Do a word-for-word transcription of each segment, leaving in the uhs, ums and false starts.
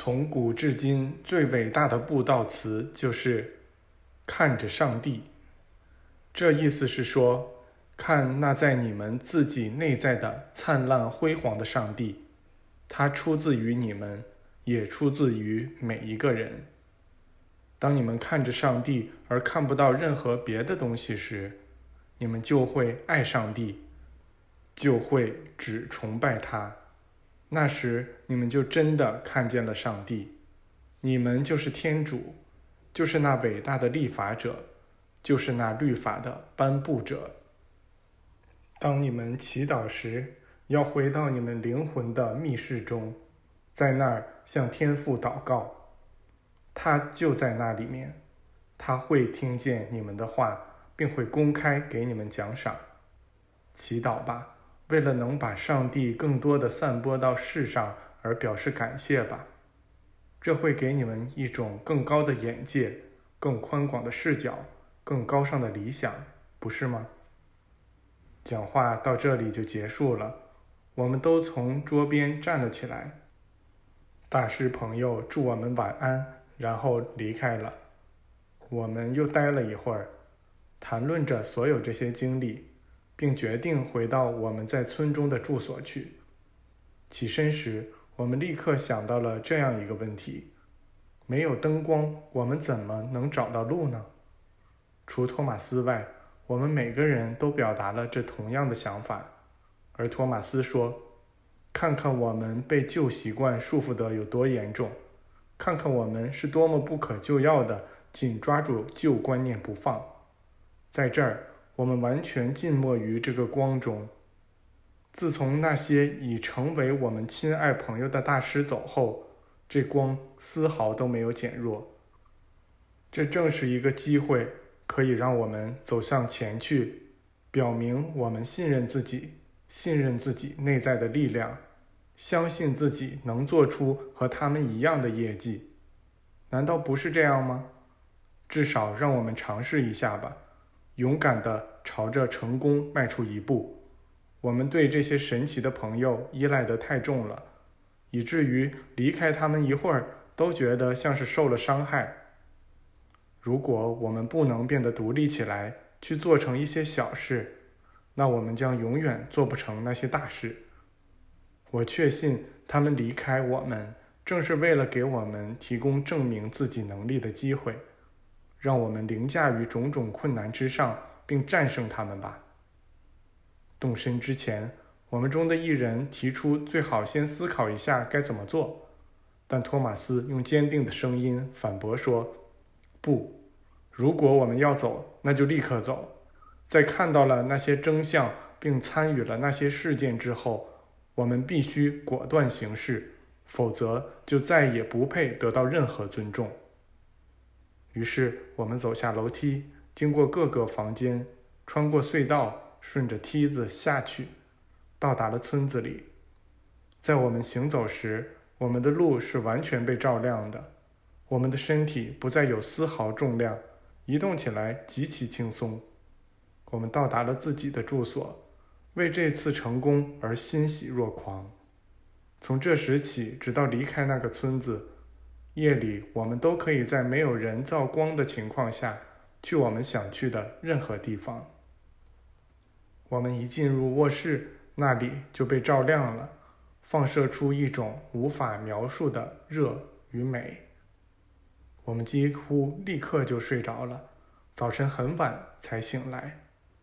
从古至今最伟大的布道词就是看着上帝。这意思是说，看那在你们自己内在的灿烂辉煌的上帝，它出自于你们，也出自于每一个人。当你们看着上帝而看不到任何别的东西时，你们就会爱上帝，就会只崇拜他。那时你们就真的看见了上帝，你们就是天主，就是那伟大的立法者，就是那律法的颁布者。当你们祈祷时，要回到你们灵魂的密室中，在那儿向天父祷告，他就在那里面，他会听见你们的话，并会公开给你们奖赏。祈祷吧，为了能把上帝更多的散播到世上而表示感谢吧，这会给你们一种更高的眼界，更宽广的视角，更高尚的理想，不是吗？讲话到这里就结束了，我们都从桌边站了起来。大师朋友祝我们晚安，然后离开了。我们又待了一会儿，谈论着所有这些经历，并决定回到我们在村中的住所去。起身时，我们立刻想到了这样一个问题：没有灯光，我们怎么能找到路呢？除托马斯外，我们每个人都表达了这同样的想法，而托马斯说：看看我们被旧习惯束缚得有多严重，看看我们是多么不可救药的紧抓住旧观念不放。在这儿，我们完全浸没于这个光中。自从那些已成为我们亲爱朋友的大师走后，这光丝毫都没有减弱。这正是一个机会，可以让我们走向前去，表明我们信任自己，信任自己内在的力量，相信自己能做出和他们一样的业绩。难道不是这样吗？至少让我们尝试一下吧，勇敢地朝着成功迈出一步。我们对这些神奇的朋友依赖得太重了，以至于离开他们一会儿都觉得像是受了伤害。如果我们不能变得独立起来，去做成一些小事，那我们将永远做不成那些大事。我确信他们离开我们，正是为了给我们提供证明自己能力的机会，让我们凌驾于种种困难之上，并战胜他们吧。动身之前，我们中的一人提出最好先思考一下该怎么做，但托马斯用坚定的声音反驳说：不，如果我们要走，那就立刻走。在看到了那些真相并参与了那些事件之后，我们必须果断行事，否则就再也不配得到任何尊重。于是我们走下楼梯，经过各个房间，穿过隧道，顺着梯子下去，到达了村子里。在我们行走时，我们的路是完全被照亮的，我们的身体不再有丝毫重量，移动起来极其轻松。我们到达了自己的住所，为这次成功而欣喜若狂。从这时起，直到离开那个村子，夜里我们都可以在没有人造光的情况下去我们想去的任何地方。我们一进入卧室，那里就被照亮了，放射出一种无法描述的热与美。我们几乎立刻就睡着了，早晨很晚才醒来。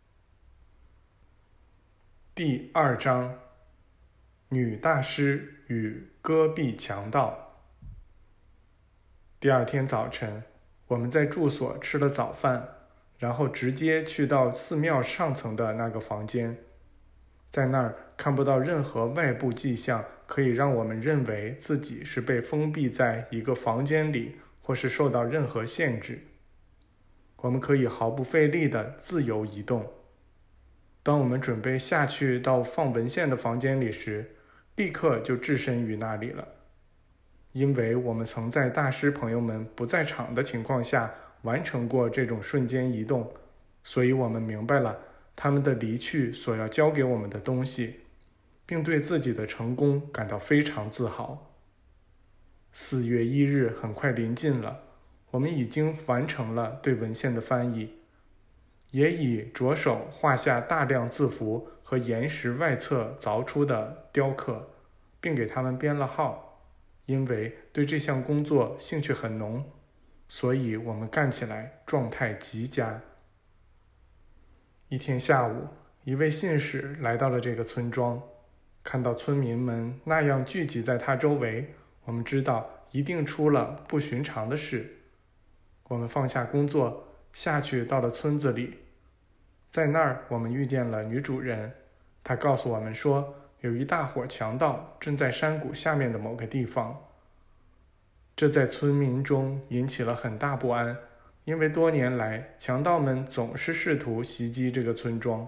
第二章，女大师与戈壁强盗。第二天早晨，我们在住所吃了早饭，然后直接去到寺庙上层的那个房间。在那儿看不到任何外部迹象可以让我们认为自己是被封闭在一个房间里，或是受到任何限制。我们可以毫不费力地自由移动。当我们准备下去到放文献的房间里时，立刻就置身于那里了。因为我们曾在大师朋友们不在场的情况下完成过这种瞬间移动，所以我们明白了他们的离去所要教给我们的东西，并对自己的成功感到非常自豪。 四月一日很快临近了，我们已经完成了对文献的翻译，也已着手画下大量字符和岩石外侧凿出的雕刻，并给他们编了号。因为对这项工作兴趣很浓，所以我们干起来状态极佳。一天下午，一位信使来到了这个村庄，看到村民们那样聚集在他周围，我们知道一定出了不寻常的事。我们放下工作，下去到了村子里。在那儿，我们遇见了女主人，她告诉我们说，有一大伙强盗正在山谷下面的某个地方。这在村民中引起了很大不安，因为多年来强盗们总是试图袭击这个村庄。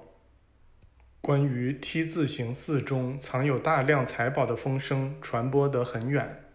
关于 T 字形寺中藏有大量财宝的风声传播得很远，